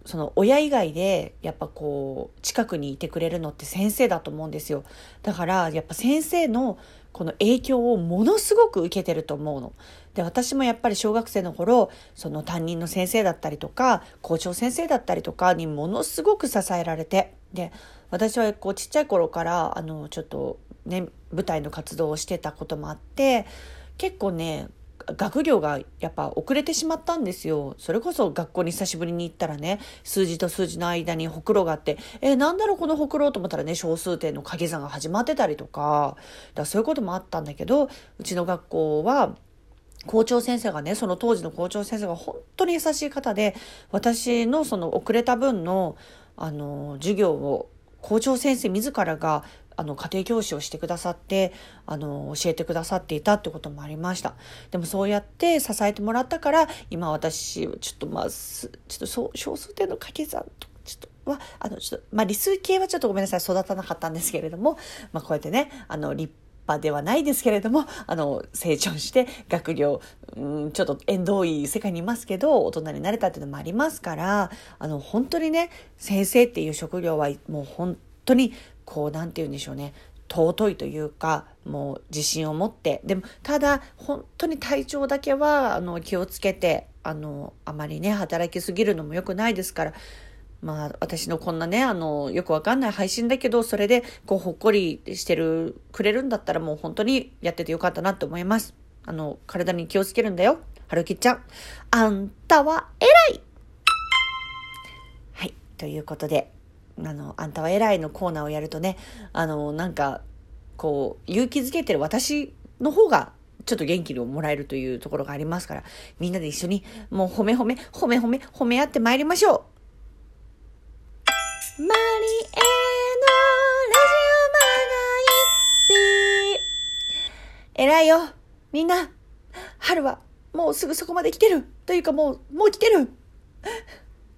その親以外でやっぱこう近くにいてくれるのって先生だと思うんですよ。だからやっぱ先生のこの影響をものすごく受けてると思うの。で、私もやっぱり小学生の頃、その担任の先生だったりとか校長先生だったりとかにものすごく支えられて、で私はこうちっちゃい頃からちょっとね舞台の活動をしてたこともあって、結構ね学業がやっぱ遅れてしまったんですよ。それこそ学校に久しぶりに行ったらね、数字と数字の間にほくろがあって、なんだろうこのほくろと思ったらね、小数点の掛け算が始まってたりとか、そういうこともあったんだけど、うちの学校は校長先生がね、その当時の校長先生が本当に優しい方で、私のその遅れた分の授業を校長先生自らが家庭教師をしてくださって教えてくださっていたってこともありました。でもそうやって支えてもらったから、今私ちょっと小数点の掛け算と理数系はちょっとごめんなさい、育たなかったんですけれども、こうやってね立派ではないですけれども成長して学業ちょっと縁遠い世界にいますけど大人になれたっていうのもありますから、本当にね先生っていう職業はもう本当にこうなんて言うんでしょうね、尊いというか、もう自信を持って、でもただ本当に体調だけは気をつけてあまりね働きすぎるのも良くないですから、私のこんなねよくわかんない配信だけど、それでこうほっこりしてくれるんだったら、もう本当にやっててよかったなと思います。体に気をつけるんだよ、はるきちゃん、あんたは偉い。はい、ということであんたは偉いのコーナーをやるとね、なんかこう勇気づけてる私の方がちょっと元気をもらえるというところがありますから、みんなで一緒にもう褒め合ってまいりましょう。マリエのラジオまがいび偉いよみんな、春はもうすぐそこまで来てるというか、もう来てる。